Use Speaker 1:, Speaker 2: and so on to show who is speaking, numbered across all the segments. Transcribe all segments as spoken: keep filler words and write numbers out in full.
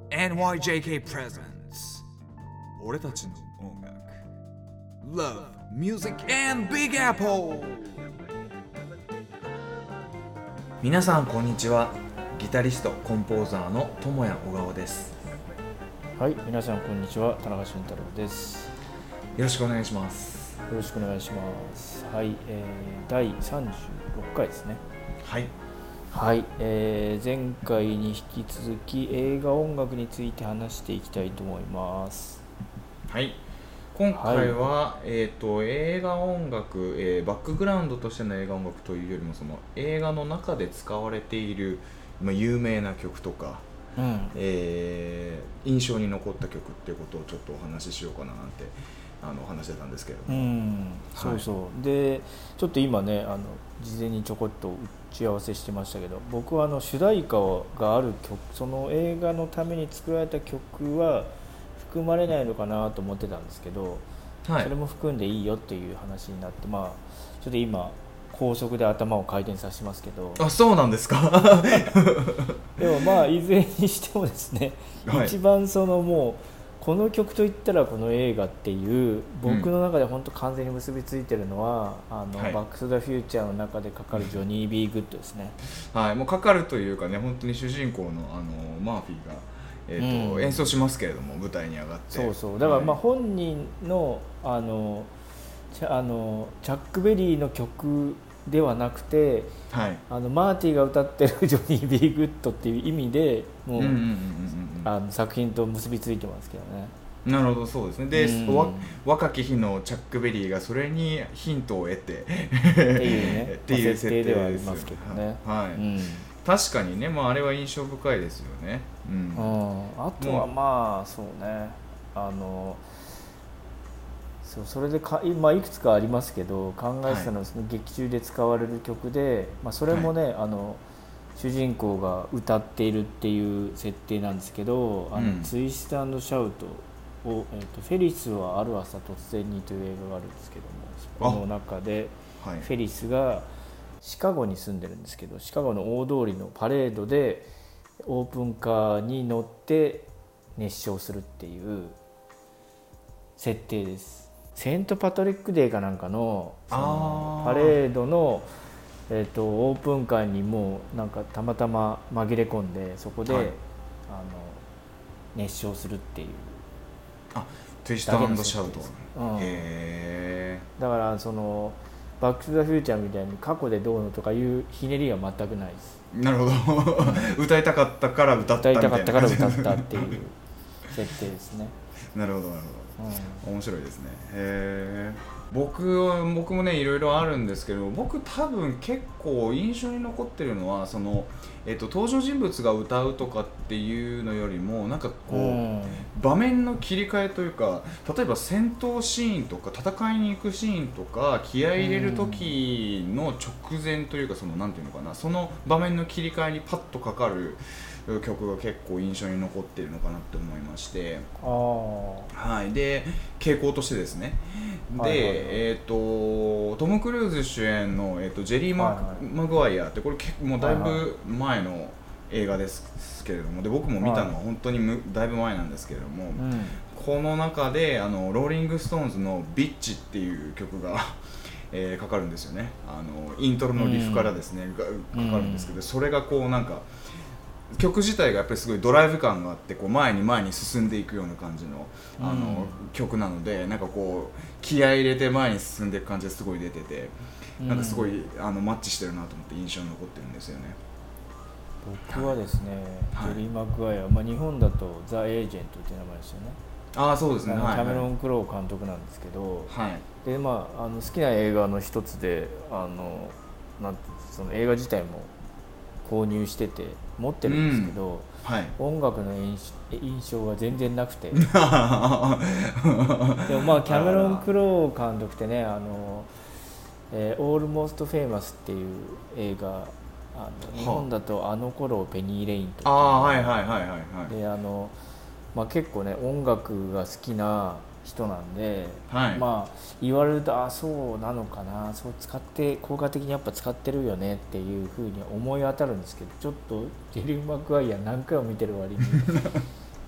Speaker 1: エヌワイジェーケー Presents 俺たちの音楽 Love, Music and Big Apple。 皆さんこんにちは。ギタリストコンポーザーの友谷小川です。
Speaker 2: はい、皆さんこんにちは。田中俊太郎です。
Speaker 1: よろしくお願いします。
Speaker 2: よろしくお願いします。はい、えー、だいさんじゅうろっかいですね。
Speaker 1: はい
Speaker 2: はい、えー、前回に引き続き映画音楽について話していきたいと思います。
Speaker 1: はい、今回は、はい、えーと、映画音楽、えー、バックグラウンドとしての映画音楽というよりもその映画の中で使われている、まあ、有名な曲とか、うんえー、印象に残った曲っていうことをちょっとお話ししようかななんてあの話してたんですけれども、うん
Speaker 2: そうそう、はい、でちょっと今ねあの事前にちょこっと打ち合わせしてましたけど、僕はあの主題歌がある曲、その映画のために作られた曲は含まれないのかなと思ってたんですけど、はい、それも含んでいいよっていう話になって、まあちょっと今高速で頭を回転させますけど。
Speaker 1: あ、そうなんですか
Speaker 2: でもまあいずれにしてもですね、はい、一番そのもうこの曲といったらこの映画っていう僕の中で本当完全に結びついてるのは、うん、あの、はい、バック・トゥ・ザ・フューチャーの中でかかるジョニー・ビー・グッドですね。
Speaker 1: はい、もうかかるというかね、本当に主人公の、あのマーフィーが、えーとうん、演奏しますけれども、舞台に上がって。
Speaker 2: そうそうだからまあ本人の、あのあのチャック・ベリーの曲ではなくて、はい、あのマーティが歌ってるジョニー・ビー・グッドっていう意味でもう作品と結びついてますけどね。
Speaker 1: なるほど、そうですね。で、うん、若き日のチャック・ベリーがそれにヒントを得てっていうねっていう設定ではありますけどね。はい、うん、確かにね、まあ、あれは印象深いですよね。うん、
Speaker 2: あとはまあそうね、あのそうそれでか、まあ、いくつかありますけど考えてたのは、その劇中で使われる曲で、まあ、それもね、はい、あの主人公が歌っているっていう設定なんですけど、あの、うん、ツイスト&シャウトを、えーと、フェリスはある朝突然にという映画があるんですけども、そこの中で、はい、フェリスがシカゴに住んでるんですけど、シカゴの大通りのパレードでオープンカーに乗って熱唱するっていう設定です。セントパトリックデーかなんか の, そのパレードの、えー、とオープンカーにもうなんかたまたま紛れ込んで、そこで、はい、あの熱唱するっていう。
Speaker 1: あ、ツイスト&シャウト、
Speaker 2: うん、へー。だからそのバック・トゥ・ザ・フューチャーみたいに過去でどうのとかいうひねりは全くないです。
Speaker 1: なるほど歌いたかったから歌ったみたいな、
Speaker 2: 歌いたかったから歌ったっていう設定ですね。
Speaker 1: なるほどなるほど、うん、面白いですね。へー。僕僕もねいろいろあるんですけど、僕多分結構印象に残ってるのはその、えっと、登場人物が歌うとかっていうのよりもなんかこう、うん、場面の切り替えというか、例えば戦闘シーンとか戦いに行くシーンとか気合い入れる時の直前というか、そのなんていうのかな、その場面の切り替えにパッとかかる曲が結構印象に残っているのかなって思いまして、あ、はい、で傾向としてですね、で、はいはいはい、えー、とトム・クルーズ主演の、えー、とジェリーマ・はいはい、マグワイアって、これ結構もうだいぶ前の映画ですけれども、で僕も見たのは本当にむだいぶ前なんですけれども、うん、この中であのローリング・ストーンズの「ビッチ」っていう曲がえー、かかるんですよね。あのイントロのリフからですね、うん、かかるんですけど、それがこうなんか曲自体がやっぱりすごいドライブ感があって、こう前に前に進んでいくような感じの、あの、うん、曲なので、なんかこう気合い入れて前に進んでいく感じがすごい出てて、うん、なんかすごいあのマッチしてるなと思って印象に残ってるんですよね。
Speaker 2: 僕はですね、はい、ジェリー・マクワイア、まあ、日本だとザ・エージェントっていう名前ですよね。
Speaker 1: ああ、そうですね。キ
Speaker 2: ャメロン・クロウ監督なんですけど、はい、でまあ、あの好きな映画の一つで、あのなんてその映画自体も購入してて持ってるんですけど、うんはい、音楽の印象が全然なくてでもまあキャメロン・クロウ監督ってね、あの、えー、オールモスト・フェイマスっていう映画、あの日本だとあの頃ペニー・レインとか、
Speaker 1: あ、はいはいはいはいはい、
Speaker 2: であの、まあ、結構ね音楽が好きな人なんで、はい、まあ言われるとあそうなのかな、そう使って効果的にやっぱ使ってるよねっていうふうに思い当たるんですけど、ちょっとジェリー・マクワイア何回も見てる割に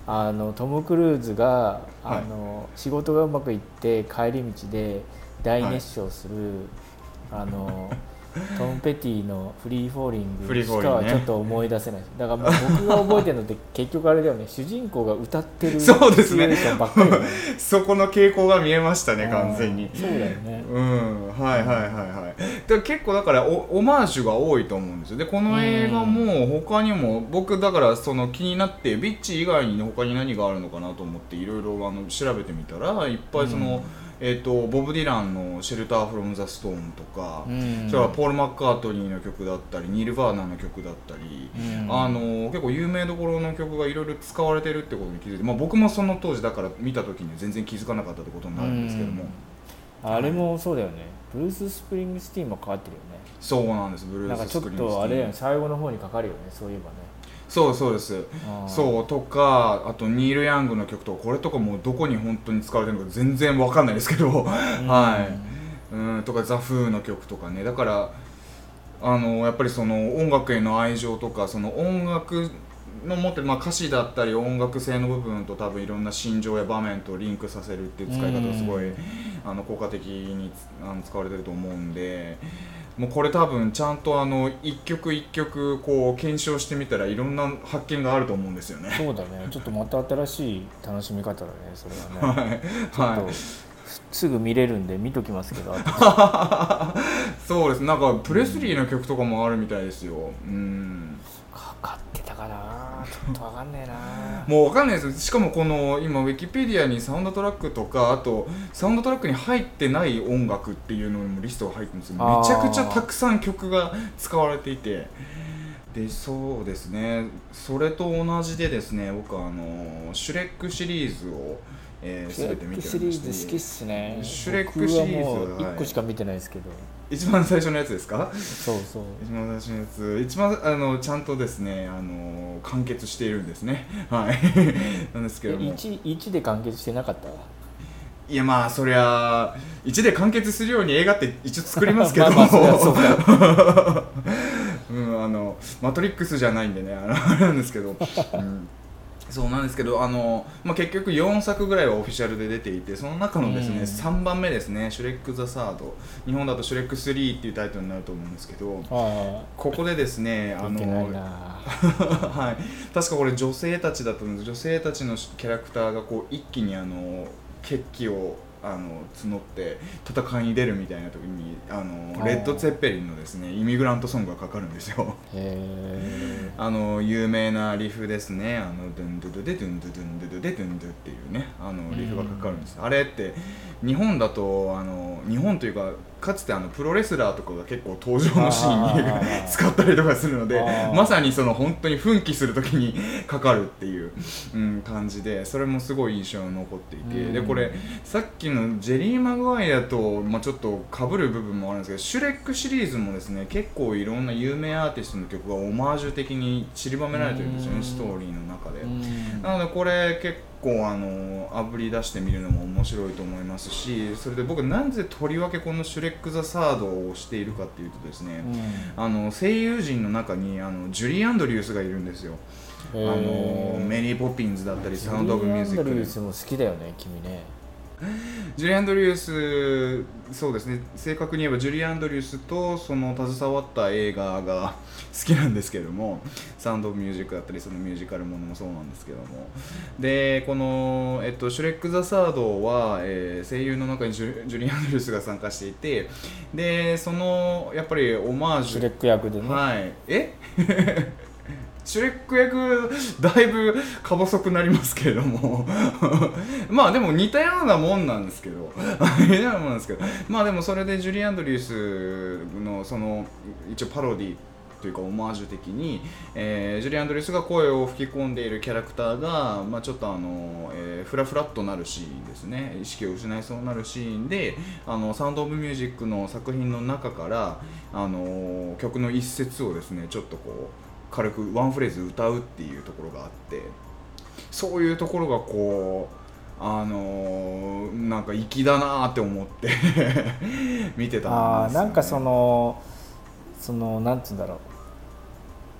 Speaker 2: あのトム・クルーズがあの、はい、仕事がうまくいって帰り道で大熱唱する、はい、あのトム・ペティのフリーフォーリングしかはちょっと思い出せない、ね、だから僕が覚えてるのって結局あれだよね主人公が歌ってるシチュエーションばっかりだよね。
Speaker 1: そこの傾向が見えましたね完全に。
Speaker 2: そうだよね。
Speaker 1: うんはいはいはいはい。で結構だからオ、オマージュが多いと思うんですよ。でこの映画も他にも僕だからその気になってビッチ以外に他に何があるのかなと思っていろいろ調べてみたらいっぱいその、うんえー、とボブ・ディランの「シェルター・フロム・ザ・ストーン」とか、うん、それからポール・マッカートニーの曲だったりニール・バーナーの曲だったり、うん、あの結構有名どころの曲がいろいろ使われてるってことに気づいて、まあ、僕もその当時だから見た時に全然気づかなかったってことになるんですけども、
Speaker 2: うん、あれもそうだよね。ブルース・スプリングスティーンもかかってるよね。
Speaker 1: そうなんです。ブルース・スプリングスティーン
Speaker 2: なんかちょっとあれやね最後の方にかかるよねそういえばね。
Speaker 1: そうそうです。そうとかあとニール・ヤングの曲とかこれとかもうどこに本当に使われてるのか全然わかんないですけどはいうんとかザ・フーの曲とかね。だからあのやっぱりその音楽への愛情とかその音楽の持ってる、まあ、歌詞だったり音楽性の部分と多分いろんな心情や場面とリンクさせるっていう使い方がすごいあの効果的にあの使われてると思うんでもうこれ多分ちゃんとあの一曲一曲こう検証してみたらいろんな発見があると思うんですよね。
Speaker 2: そうだね。ちょっとまた新しい楽しみ方だねそれはね。はい、ちょっと、はい、すぐ見れるんで見ときますけど
Speaker 1: そうです。なんかプレスリーの曲とかもあるみたいですよ。うん
Speaker 2: かかってたかなちょっとわかんねえな
Speaker 1: もうわかんないです。しかもこの今ウィキペディアにサウンドトラックとかあとサウンドトラックに入ってない音楽っていうのにもリストが入ってるんですよ。めちゃくちゃたくさん曲が使われていてでそうですねそれと同じでですね僕はあのシュレックシリーズをえー、全て見てましてシュレックシリーズ好きっすね。
Speaker 2: シュレックシリーズはもういっこしか見てないですけど、はい、
Speaker 1: 一番最初のやつですか。
Speaker 2: そうそう
Speaker 1: 一番最初のやつ一番あのちゃんとですねあの完結しているんですねはいなんですけども
Speaker 2: 1, 1で完結してなかった。
Speaker 1: いやまあそりゃいちで完結するように映画って一応作りますけど
Speaker 2: まあまあそりゃそうだ
Speaker 1: うん、あのマトリックスじゃないんでねあのあれなんですけど、うんそうなんですけどあの、まあ、結局よんさくぐらいはオフィシャルで出ていてその中のですね、うん、さんばんめですねシュレック・ザ・サード日本だとシュレックスリーっていうタイトルになると思うんですけど、はい、ここでですねあのはい、確かこれ女性たちだったんです。女性たちのキャラクターがこう一気にあの決起をあの募って戦いに出るみたいな時にあのレッド・ツェッペリンのですねイミグラントソングがかかるんですよ。へあの有名なリフですね。あのドゥンドゥドゥデドゥンドゥドゥンドゥドゥデドゥンドゥっていうねあのリフがかかるんです。あれって日本だとあの日本というかかつてあのプロレスラーとかが結構登場のシーンに使ったりとかするのでまさにその本当に奮起する時にかかるっていう、うん、感じでそれもすごい印象に残っていてでこれさっきのジェリー・マグワイアと、まあ、ちょっと被る部分もあるんですけどシュレックシリーズもですね結構いろんな有名アーティストの曲がオマージュ的に散りばめられてるんですよねストーリーの中で。なのでこれ結構結構あのあぶり出してみるのも面白いと思いますしそれで僕なぜとりわけこのシュレック・ザ・サードをしているかっていうとですね、うん、あの声優陣の中にあのジュリー・アンドリュースがいるんですよ。あのメリー・ポピンズだったりサウンド・オブ・ミュージックで
Speaker 2: ジュリー・アンドリュースも好きだよね君ね。
Speaker 1: ジュリー・アンドリュースそうですね正確に言えばジュリー・アンドリュースとその携わった映画が好きなんですけどもサウンド・オブ・ミュージックだったりそのミュージカルものもそうなんですけどもでこの、えっと、シュレック・ザ・サードは、えー、声優の中にジュ、ジュリー・アンドリュースが参加していてでそのやっぱりオマージュ
Speaker 2: シュレック役でね
Speaker 1: はいえシュレック役だいぶか細くなりますけれどもまあでも似たようなもんなんですけど似たようなもんなんですけどまあでもそれでジュリー・アンドリュースのその一応パロディというかオマージュ的に、えー、ジュリー・アンドリュースが声を吹き込んでいるキャラクターが、まあ、ちょっとあの、えー、フラフラっとなるシーンですね意識を失いそうになるシーンであのサウンド・オブ・ミュージックの作品の中からあの曲の一節をですねちょっとこう軽くワンフレーズ歌うっていうところがあってそういうところがこうあのー、なんか粋だなって思って見てたんですよね。
Speaker 2: あなんかそのそのなんつうんだろ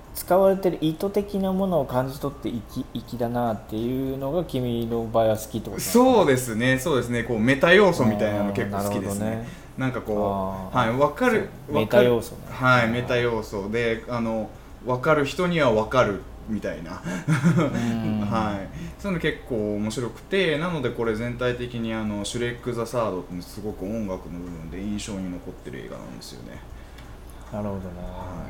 Speaker 2: 使われてる意図的なものを感じ取って粋粋だなっていうのが君の場合は好きってことですか？
Speaker 1: そうですねそうですねこうメタ要素みたいなの結構好きですね。な, ねなんかこうはい分かる
Speaker 2: メタ要素ね
Speaker 1: はいメタ要素であの分かる人には分かるみたいなはいそういうの結構面白くてなのでこれ全体的にあのシュレック・ザ・サードってすごく音楽の部分で印象に残ってる映画なんですよね。
Speaker 2: なるほどね、はい、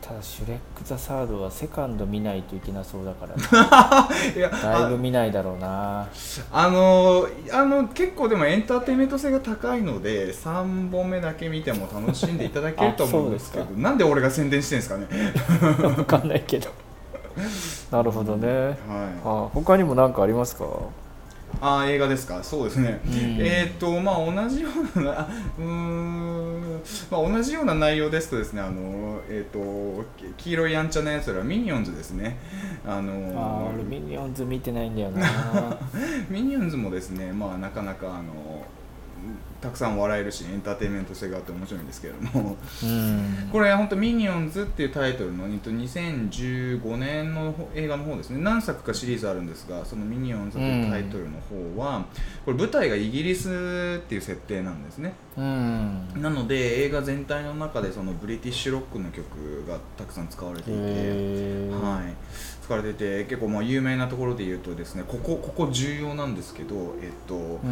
Speaker 2: ただシュレック・ザ・サードはセカンド見ないといけなそうだからいやだいぶ見ないだろうな。
Speaker 1: あのあの結構でもエンターテインメント性が高いのでさんぼんめだけ見ても楽しんでいただけると思うんですけどなんで俺が宣伝してるんですかね
Speaker 2: 分かんないけどなるほどね、はい、あ他にも何かありますか？
Speaker 1: あ映画ですか。そうですね、うん、えっ、ー、とまあ同じようなうーん、まあ、同じような内容ですとですねあの、えー、と黄色いやんちゃなやつらミニオンズですね。あの
Speaker 2: あ俺ミニオンズ見てないんだよな
Speaker 1: ミニオンズもですねまあなかなかあのたくさん笑えるしエンターテインメント性があって面白いんですけれどもうんこれ本当ミニオンズっていうタイトルのにせんじゅうごねんの映画の方ですね。何作かシリーズあるんですがそのミニオンズというタイトルの方はこれ舞台がイギリスっていう設定なんですね。うんなので映画全体の中でそのブリティッシュロックの曲がたくさん使われていて、はい、使われてて結構まあ有名なところで言うとですねここここ重要なんですけどえっと、うん、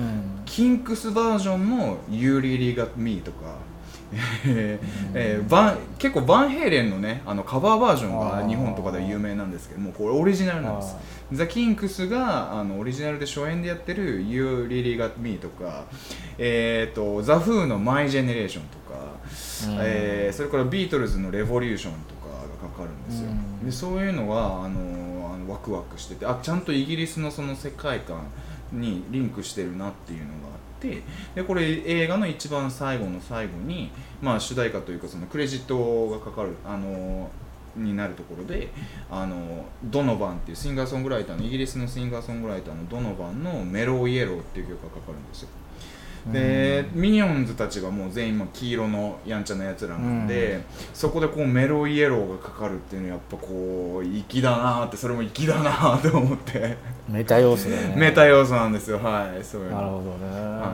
Speaker 1: キンクスバージョンの You Really Got Me とかえーえー、バン結構バンヘイレンのねあのカバーバージョンが日本とかでは有名なんですけどもこれオリジナルなんです。ザ・キンクスがあのオリジナルで初演でやってる You Really Got Me とか、えー、とザ・フーの My Generation とか、えー、それからビートルズの Revolution とかがかかるんですよ。でそういうのがあのあのワクワクしててあちゃんとイギリスのその世界観にリンクしてるなっていうのがあってでこれ映画の一番最後の最後に、まあ、主題歌というかそのクレジットがかかるあのになるところであのドノバンっていうシンガーソングライターのイギリスのシンガーソングライターのドノバンのメローイエローっていう曲がかかるんですよ。でミニオンズたちがもう全員黄色のやんちゃなやつらなんで、うん、そこでこうメロイエローがかかるっていうのはやっぱこう粋だなってそれも粋だなって思って
Speaker 2: メタ要素だね
Speaker 1: メタ要素なんですよ。はいそういうの
Speaker 2: なるほどね、
Speaker 1: はい、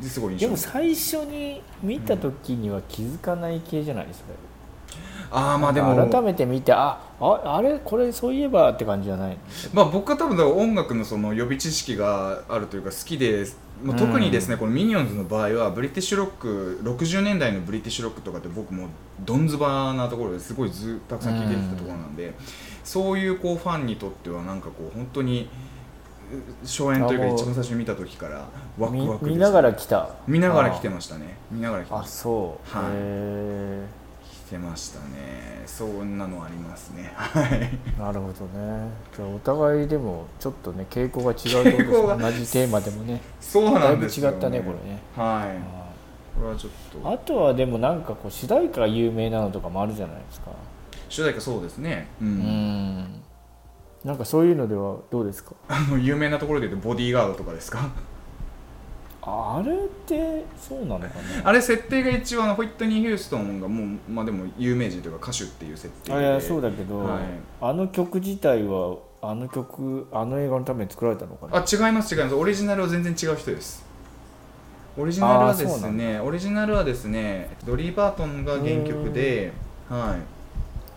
Speaker 1: ですごい印象
Speaker 2: でも最初に見た時には気づかない系じゃないですか、
Speaker 1: うん、あまあでも
Speaker 2: 改めて見てあああれこれそういえばって感じじゃない。
Speaker 1: まあ僕は多分音楽のその予備知識があるというか好きでまあ、特にですね、うん、このミニオンズの場合はブリティッシュロックろくじゅうねんだいのブリティッシュロックとかって僕もドンズバなところですごいずたくさん聴いてきたところなんで、うん、そういうこうファンにとってはなんかこう本当に初演というか一番最初に見た時からワクワクです、ね、
Speaker 2: 見ながら来た
Speaker 1: 見ながら来てましたね見ながら来てました。
Speaker 2: あそう
Speaker 1: はい
Speaker 2: へ
Speaker 1: 来てましたね。そんなのありますねはい
Speaker 2: なるほどね。じゃあお互いでもちょっとね傾向が違うところです。同じテーマでもね
Speaker 1: そうなんですよ、ね、
Speaker 2: だいぶ違ったねこれね。
Speaker 1: はいこれはちょっと
Speaker 2: あとはでもなんかこう主題歌が有名なのとかもあるじゃないですか。
Speaker 1: 主題歌そうですねうん、
Speaker 2: うんなんかそういうのではどうですか。
Speaker 1: あの有名なところで言うとボディーガードとかですか。
Speaker 2: あれってそうなのかな。
Speaker 1: あれ設定が一応あのホイットニー・ヒューストンがもうまあでも有名人というか歌手っていう設定で
Speaker 2: あいやそうだけど、はい、あの曲自体はあの曲あの映画のために作られたのかな。
Speaker 1: あ違います違いますオリジナルは全然違う人です。オリジナルはですねオリジナルはですねドリー・バートンが原曲で、はい、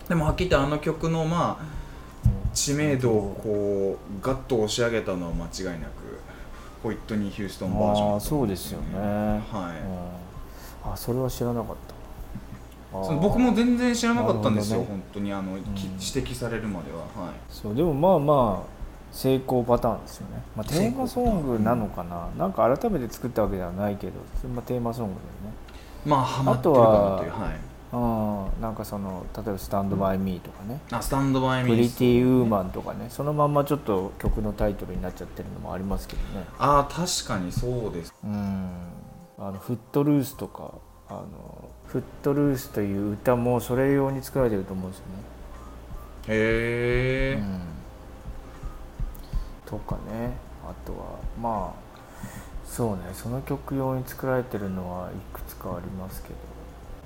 Speaker 1: でもはっきり言ってあの曲のまあ知名度をこうガッと押し上げたのは間違いなくホイットニー・ヒューストンバージョン、
Speaker 2: あそうですよね、はい、あそれは知らなかった。
Speaker 1: その僕も全然知らなかったんですよ、ね、本当にあの、うん、指摘されるまでは、はい、
Speaker 2: そうでもまあまあ成功パターンですよね、まあ、テーマソングなのかな、うん、なんか改めて作ったわけではないけど、まあ、テーマソングだよね。
Speaker 1: まあハマってるかなという、はい
Speaker 2: うん、なんかその例えば「スタンドバイミー」とかね、
Speaker 1: あスタンドバイミー、
Speaker 2: プリティウーマンとかね、そのまんまちょっと曲のタイトルになっちゃってるのもありますけどね。
Speaker 1: ああ確かにそうです。
Speaker 2: うんあのフットルースとかあのフットルースという歌もそれ用に作られてると思うんですよね。
Speaker 1: へえ、うん、
Speaker 2: とかね。あとはまあそうねその曲用に作られてるのはいくつかありますけど、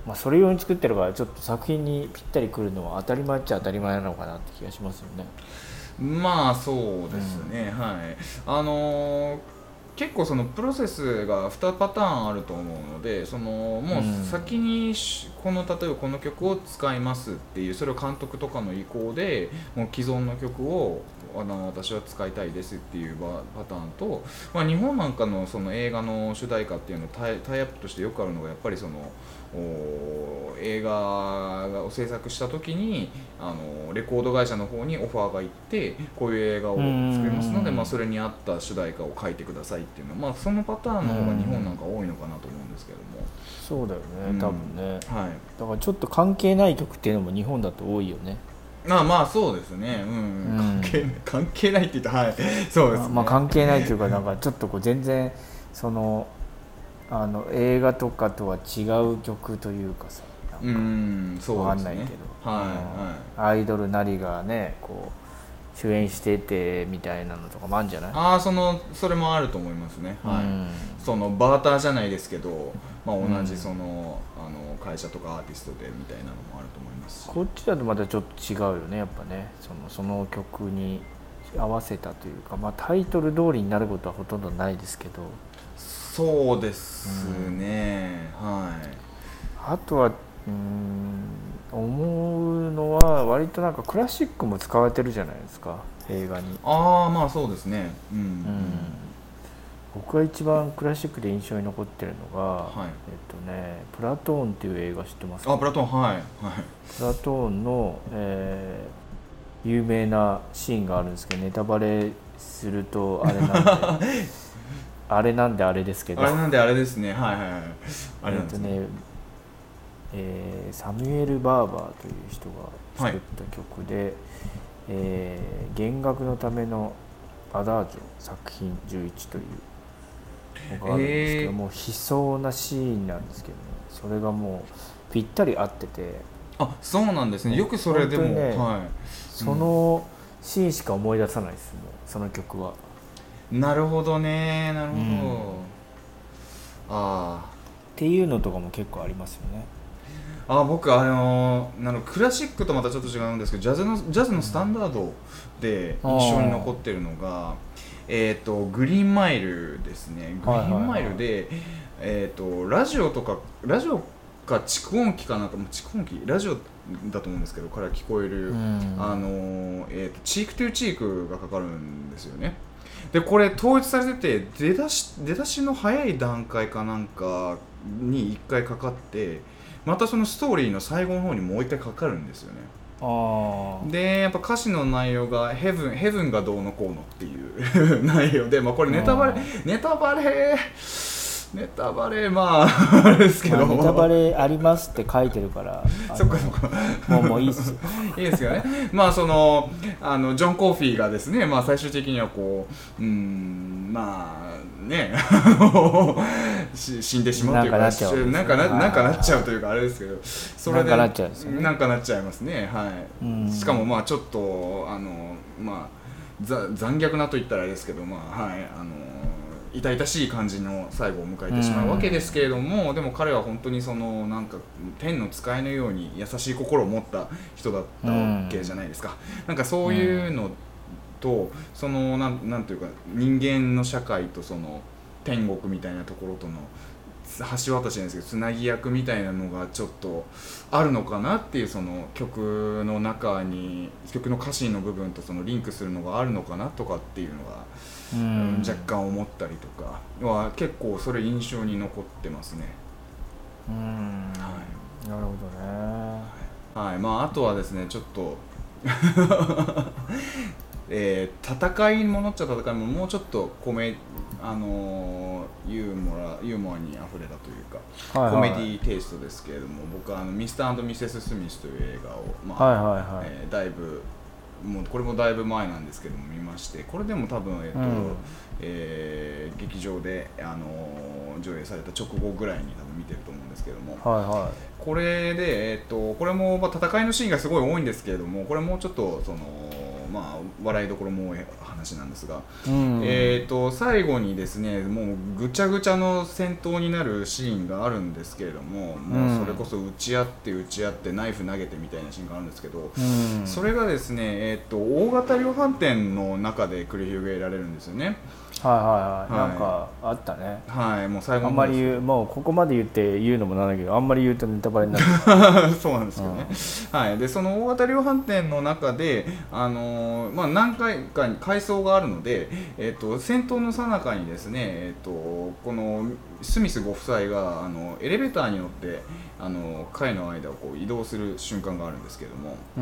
Speaker 2: まあ、それ用に作ってるからちょっと作品にぴったりくるのは当たり前っちゃ当たり前なのかなって気がしますよね。
Speaker 1: まあそうですね、うん、はいあのー結構そのプロセスがにパターンあると思うので、そのもう先にこの例えばこの曲を使いますっていう、それを監督とかの意向でもう既存の曲をあの私は使いたいですっていうパターンと、まあ、日本なんかのその映画の主題歌っていうのタイ、タイアップとしてよくあるのがやっぱりその映画を制作した時にあのレコード会社の方にオファーが行ってこういう映画を作りますので、まあ、それに合った主題歌を書いてくださいっていうのは、まあ、そのパターンの方が日本なんか多いのかなと思うんですけども。
Speaker 2: そうだよね、多分ね、
Speaker 1: はい、
Speaker 2: だからちょっと関係ない曲っていうのも日本だと多いよね。
Speaker 1: まあまあそうですね、うんうん、関係関係ないって言ったらはいそうですね、
Speaker 2: まあ、関係ないっていうかなんかちょっとこう全然そのあの映画とかとは違う曲というかさ、なんか
Speaker 1: うんそう
Speaker 2: わかんないけど、はいはい、アイドルなりがねこう主演しててみたいなのとかもあるんじゃない？
Speaker 1: ああそのそれもあると思いますね、はい、そのバーターじゃないですけど、まあ、同じその、うん、あの会社とかアーティストでみたいなのもあると思いますし、
Speaker 2: こっちだとまたちょっと違うよねやっぱね、そのその曲に合わせたというか、まあ、タイトル通りになることはほとんどないですけど。
Speaker 1: そうですね、うん、はい。
Speaker 2: あとはうーん思うのは割となんかクラシックも使われてるじゃないですか映画に。
Speaker 1: ああまあそうですね、うん、うん、
Speaker 2: 僕が一番クラシックで印象に残ってるのが、
Speaker 1: はい、
Speaker 2: えっとねプラトーンっていう映画知ってますか？
Speaker 1: あプラトーンはい、はい、
Speaker 2: プラトーンの、えー、有名なシーンがあるんですけどネタバレするとあれなんであれなんであれですけど
Speaker 1: あれなんであれですねはいはいはいあれなんですね、えっとね
Speaker 2: えー、サミュエル・バーバーという人が作った曲で、はい、えー、弦楽のためのアダージョ作品じゅういちというのがあるんですけど、えー、もう悲壮なシーンなんですけど、ね、それがもうぴったり合ってて。
Speaker 1: あそうなんですね、よくそれでも、ねはい、
Speaker 2: そのシーンしか思い出さないですね、その曲は。
Speaker 1: なるほどねなるほど、うん、
Speaker 2: あっていうのとかも結構ありますよね。
Speaker 1: あ僕あのなのクラシックとまたちょっと違うんですけどジャズのジャズのスタンダードで印象に残ってるのが、えー、とグリーンマイルですね。グリーンマイルで、はいはいはい、えー、とラジオとかラジオか蓄音機かなんか蓄音機ラジオだと思うんですけどから聞こえる、あの、えー、とチークトゥーチークがかかるんですよね。でこれ統一されてて出だし出だしの早い段階かなんかにいっかいかかってまたそのストーリーの最後の方にもう一回かかるんですよね。あでやっぱ歌詞の内容がヘブンヘブンがどうのこうのっていう内容で、まあ、これネタバレネタバレネタバレまああれですけど、
Speaker 2: まあ、ネタバレありますって書いてるから
Speaker 1: そっかそっか
Speaker 2: もうもういいっすよ
Speaker 1: いいですよね。まあそのあのジョン・コーフィーがですね、まあ、最終的にはこううーんまあね死んでしまうというかなんかななんかなっちゃうというかあれですけどそれで
Speaker 2: なんかなっちゃうんですよね。
Speaker 1: なんかなっちゃいますね、はい、しかもまあちょっとあのまあざ残虐なと言ったらあれですけどまあはいあの痛々しい感じの最後を迎えてしまうわけですけれども、でも彼は本当にそのなんか天の使いのように優しい心を持った人だったわけじゃないですか。なんかそういうのとそのなん、なんていうか人間の社会とその天国みたいなところとの橋渡しなんですけどつなぎ役みたいなのがちょっとあるのかなっていう、その曲の中に曲の歌詞の部分とそのリンクするのがあるのかなとかっていうのがうん、若干思ったりとかは結構それ印象に残ってますね。
Speaker 2: うん、はい、なるほどね。
Speaker 1: はい、まああとはですねちょっとえー、戦いものっちゃ戦いももうちょっとコメあのー、ユーモラユーモアにあふれたというか、はいはい、コメディテイストですけれども僕はあのミスター&ミセス・スミスという映画を、まあはいはいはいえー、だいぶもうこれもだいぶ前なんですけども見まして、これでも多分、えっとうんえー、劇場で、あのー、上映された直後ぐらいに多分見てると思うんですけども、はいはい、これで、えっと、これも、まあ、戦いのシーンがすごい多いんですけれどもこれもうちょっとそのまあ、笑いどころも多い話なんですが、
Speaker 2: うん、
Speaker 1: えー、と最後にですねもうぐちゃぐちゃの戦闘になるシーンがあるんですけれども、もうそれこそ打ち合って打ち合ってナイフ投げてみたいなシーンがあるんですけど、
Speaker 2: うん、
Speaker 1: それがですね、えー、と大型量販店の中で繰り広げられるんですよね。
Speaker 2: はいはいはい、
Speaker 1: はい、
Speaker 2: なんかあったね。
Speaker 1: はい、もう最後
Speaker 2: あんまり言う、もうここまで言って言うのもなんだけど、あんまり言うとネタバレになる
Speaker 1: そうなんですけどね、うん、はい、でその大型量販店の中で、あのーまあ、何回かに階層があるので、えー、と戦闘の最中にですね、えー、とこのスミスご夫妻があのエレベーターに乗ってあの階の間をこう移動する瞬間があるんですけれども、
Speaker 2: うん、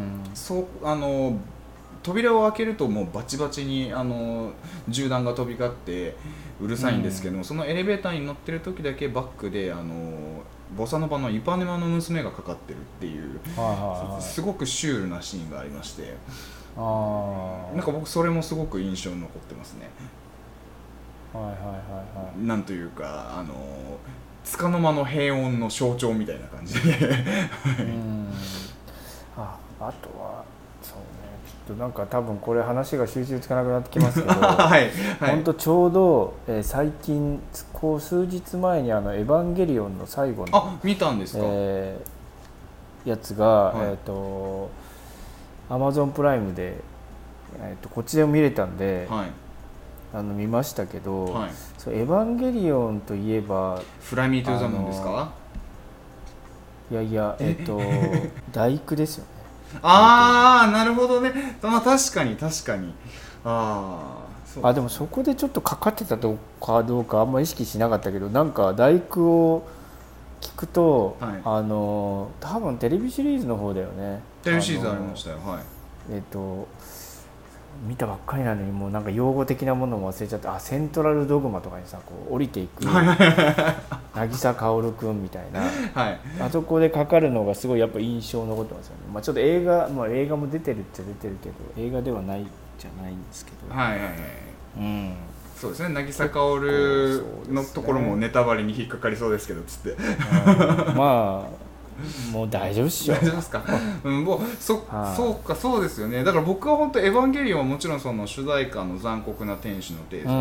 Speaker 1: そうあの扉を開けるともうバチバチにあの銃弾が飛び交ってうるさいんですけども、うん、そのエレベーターに乗ってる時だけバックであのボサノバのイパネマの娘がかかってるっていう、はいはいはい、すごくシュールなシーンがありまして、あなんか僕それもすごく印象に残ってますね。はいはいはいはい、なんというかあの束の間の平穏の象徴みたいな感じで
Speaker 2: うんああとはそうね、ちょっとなんか多分これ話が集中つかなくなってきますけど、はいはい、ほんとちょうど、えー、最近こう数日前にあのエヴァンゲリオンの最後の
Speaker 1: あ見たんですか、
Speaker 2: えー、やつが、はい、えっ、ー、とアマゾンプライムで、えー、とこっちでも見れたんで、はい、あの見ましたけど、はい、そうエヴァンゲリオンといえば
Speaker 1: フライミートゥーザムーンですか？
Speaker 2: いやいやえっ、ー、と大工ですよね。
Speaker 1: ああなるほどね、まあ、確かに確かにあ
Speaker 2: そうあでもそこでちょっとかかってたかどうかあんまり意識しなかったけど、なんか大工を聞くと、はい、あの多分テレビシリーズの方だよね。
Speaker 1: テレビシリーズありましたよ。はい
Speaker 2: えっ、ー、と見たばっかりなのにもうなんか用語的なものも忘れちゃって、あセントラルドグマとかにさこう降りていく渚薫君みたいな、はい、あそこでかかるのがすごいやっぱ印象残ってますよね。まあ、ちょっと映画、まあ、映画も出てるっちゃ出てるけど映画ではないじゃないんですけど、
Speaker 1: はいはいはい、うん、そうですね、渚薫のところもネタバレに引っかかりそうですけどつって、
Speaker 2: うん、まあもう大丈夫っしょ。
Speaker 1: 大丈夫ですか、うん、もう そ, そうかそうですよね。だから僕は本当エヴァンゲリオンはもちろんその主題歌の残酷な天使のテーゼ、うん、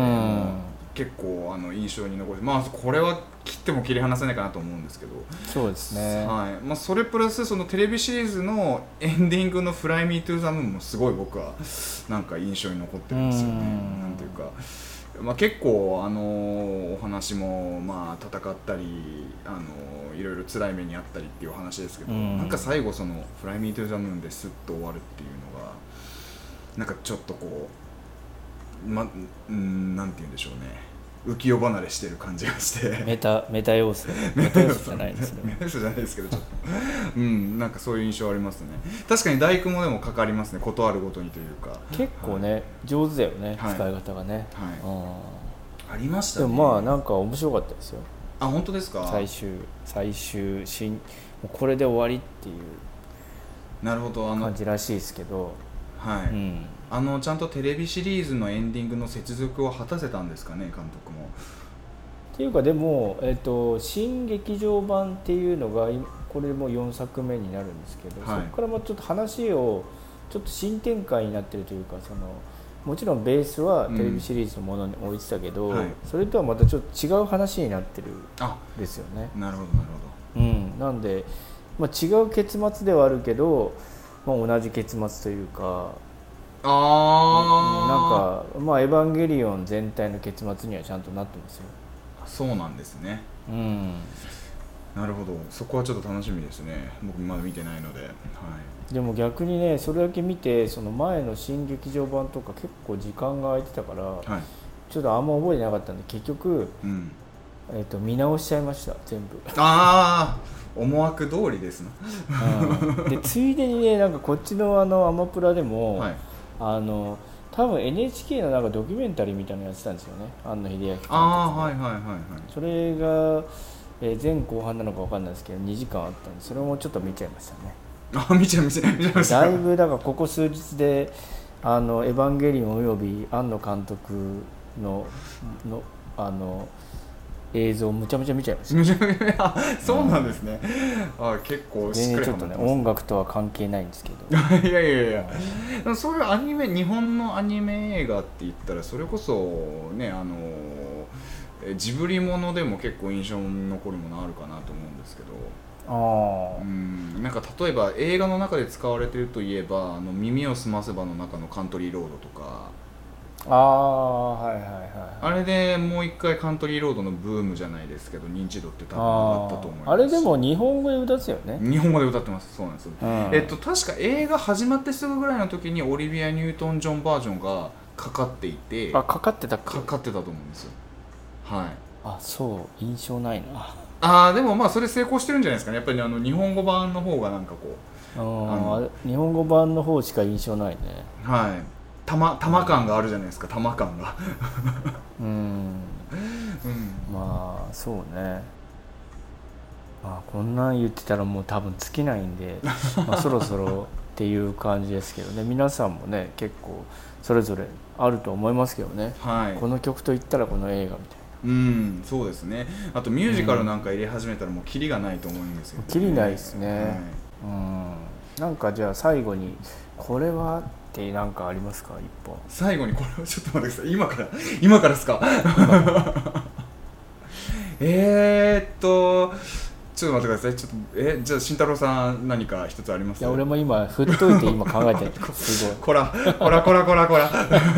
Speaker 1: 結構あの印象に残って、まあこれは切っても切り離せないかなと思うんですけど、
Speaker 2: そうですね、
Speaker 1: はいまあ、それプラスそのテレビシリーズのエンディングのフライミートゥーザムーンもすごい僕はなんか印象に残ってるんですよね。んなんていうかまあ、結構、あのー、お話も、まあ、戦ったり、あのー、いろいろ辛い目にあったりっていうお話ですけど、うん、なんか最後その「フライミートゥーザムーン」でスッと終わるっていうのがなんかちょっとこう、ま、んなんて言うんでしょうね、浮世離れしてる感じがして
Speaker 2: メタメタ要素メタ要素じゃないですね
Speaker 1: メタ要素じゃないですけどちょっとうんなんかそういう印象ありますね。確かに大工もでもかかりますね、ことあるごとにというか
Speaker 2: 結構ね、はい、上手だよね、はい、使い方がね、
Speaker 1: はい、ありましたね。
Speaker 2: でもまあなんか面白かったですよ。
Speaker 1: あ本当ですか。
Speaker 2: 最終最終シーンもうこれで終わりっていう
Speaker 1: なるほどあの
Speaker 2: 感じらしいですけど、
Speaker 1: はい、うん、あのちゃんとテレビシリーズのエンディングの接続を果たせたんですかね、監督も。
Speaker 2: っていうかでも、えーと、新劇場版っていうのがこれもよんさくめになるんですけど、はい、そこからもちょっと話をちょっと新展開になってるというか、そのもちろんベースはテレビシリーズのものに置いてたけど、うんはい、それとはまたちょっと違う話になってるんですよね。
Speaker 1: なるほどなるほ
Speaker 2: ど、うん、なんで、まあ、違う結末ではあるけど、まあ、同じ結末というか、あなんか、まあ、エヴァンゲリオン全体の結末にはちゃんとなってますよ。
Speaker 1: そうなんですね、うん、なるほど、そこはちょっと楽しみですね。僕まだ見てないので、はい、
Speaker 2: でも逆にねそれだけ見てその前の新劇場版とか結構時間が空いてたから、はい、ちょっとあんま覚えてなかったんで結局、うんえー、と見直しちゃいました全部。
Speaker 1: ああ思惑通りですね、
Speaker 2: うん、でついでにねなんかこっちのあのアマプラでも、はい、あの多分 エヌエイチケー のなんかドキュメンタリーみたいなのやってたんですよね、庵野秀明監督。
Speaker 1: ああはいはいはいはい。
Speaker 2: それが、えー、前後半なのか分かんないですけどにじかんあったんでそれもちょっと見ちゃいましたね。
Speaker 1: あ見ちゃいました見ちゃいました。
Speaker 2: だいぶだからここ数日であのエヴァンゲリオンおよび庵野監督ののあの映像むちゃむちゃ見ちゃいました
Speaker 1: あそうなんですね、うん、あ結構しっかり
Speaker 2: ちょっとね音楽とは関係ないんですけど
Speaker 1: いやいやいや、うん、そういうアニメ日本のアニメ映画って言ったらそれこそねあのジブリものでも結構印象に残るものあるかなと思うんですけどあうんなんか例えば映画の中で使われているといえばあの耳をすませばの中のカントリーロードとか
Speaker 2: ああはいはいはい
Speaker 1: あれでもう一回カントリーロードのブームじゃないですけど認知度って多分上がったと思います。
Speaker 2: あ, あれでも日本語で歌ってたよね。
Speaker 1: 日本語で歌ってます。そうなんですよ、
Speaker 2: うん、
Speaker 1: えっと確か映画始まってすぐぐらいの時にオリビア・ニュートン・ジョンバージョンがかかっていて
Speaker 2: あかかってたっけ。
Speaker 1: かかってたと思うんですよ。はい
Speaker 2: あそう印象ないな
Speaker 1: あでもまあそれ成功してるんじゃないですかね。やっぱりあの日本語版の方がなんかこう
Speaker 2: ああ日本語版の方しか印象ないね。
Speaker 1: はい玉玉感があるじゃないですか。玉感が
Speaker 2: うん、うん、まあそうね。まあこんなん言ってたらもう多分尽きないんで、まあ、そろそろっていう感じですけどね。皆さんもね結構それぞれあると思いますけどね、はい、この曲といったらこの映画みたいな。
Speaker 1: うんそうですね。あとミュージカルなんか入れ始めたらもうキリがないと思うんですよ、ね、
Speaker 2: キリないですね、はい、うんなんかじゃあ最後にこれはって何かありますか。一本
Speaker 1: 最後にこれをちょっと待ってください。今から今からですかえーっとちょっと待ってください。ちょっとえじゃあ慎太郎さん何か一つあります？
Speaker 2: いや俺も今振っといて今考えてるすごい
Speaker 1: こらこらこらこらこら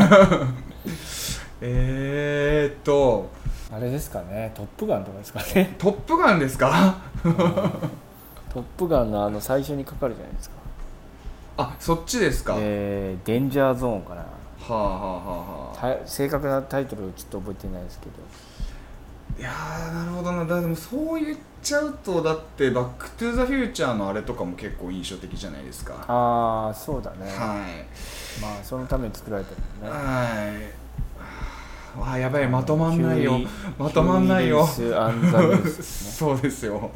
Speaker 1: えーっと
Speaker 2: あれですかね。トップガンとかですかね。
Speaker 1: トップガンですか
Speaker 2: トップガンのあの最初にかかるじゃないですか。
Speaker 1: あそっちですか。
Speaker 2: えー、デンジャーゾーンかな。は
Speaker 1: あはあはあはあ
Speaker 2: 正確なタイトルをちょっと覚えてないですけど。
Speaker 1: いやーなるほどな。だでもそう言っちゃうとだってバックトゥーザフューチャーのあれとかも結構印象的じゃないですか。
Speaker 2: ああそうだね。
Speaker 1: はい
Speaker 2: まあそのために作られてるもんね。
Speaker 1: はいわあやばいまとまんないよまとまんないよそうですよ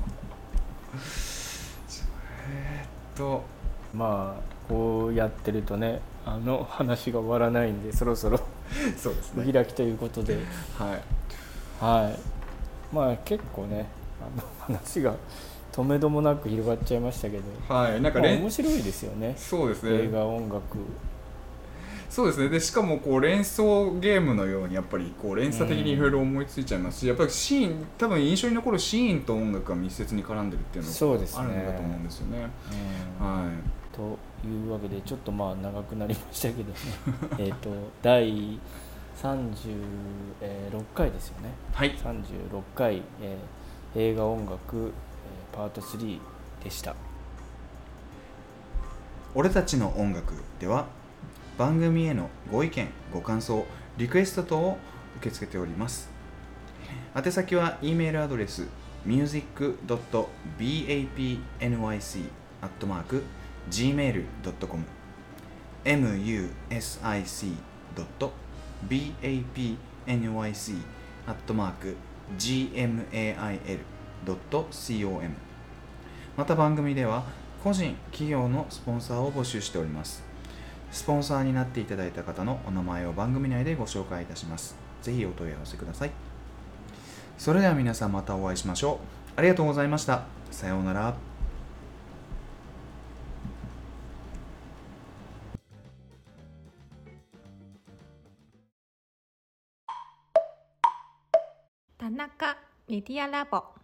Speaker 1: えー、っと
Speaker 2: まあこうやってるとねあの話が終わらないんでそろそろ
Speaker 1: そうですね
Speaker 2: お開きということで
Speaker 1: はい
Speaker 2: はいまあ結構ねあの話がとめどもなく広がっちゃいましたけど、
Speaker 1: はいなんか、
Speaker 2: まあ、面白いですよね。
Speaker 1: そうですね
Speaker 2: 映画音楽
Speaker 1: そうですね。でしかもこう連想ゲームのようにやっぱりこう連鎖的にいろいろ思いついちゃいますし、やっぱりシーン多分印象に残るシーンと音楽が密接に絡んでるっていうのがあるんだと思うんですよね。はい。
Speaker 2: というわけでちょっとまあ長くなりましたけどねえとだいさんじゅうろっかいですよね。
Speaker 1: はい
Speaker 2: さんじゅうろっかい、えー、映画音楽、えー、パートスリーでした。
Speaker 1: 俺たちの音楽では番組へのご意見ご感想リクエスト等を受け付けております。宛先は E メールアドレス ミュージックドットバプニシー アットマーク ジーメール ドットコム ミュージック ドット バプニシー アットマーク ジーメール ドット コム また番組では個人企業のスポンサーを募集しております。スポンサーになっていただいた方のお名前を番組内でご紹介いたします。ぜひお問い合わせください。それでは皆さんまたお会いしましょう。ありがとうございました。さようなら。
Speaker 3: 田中メディアラボ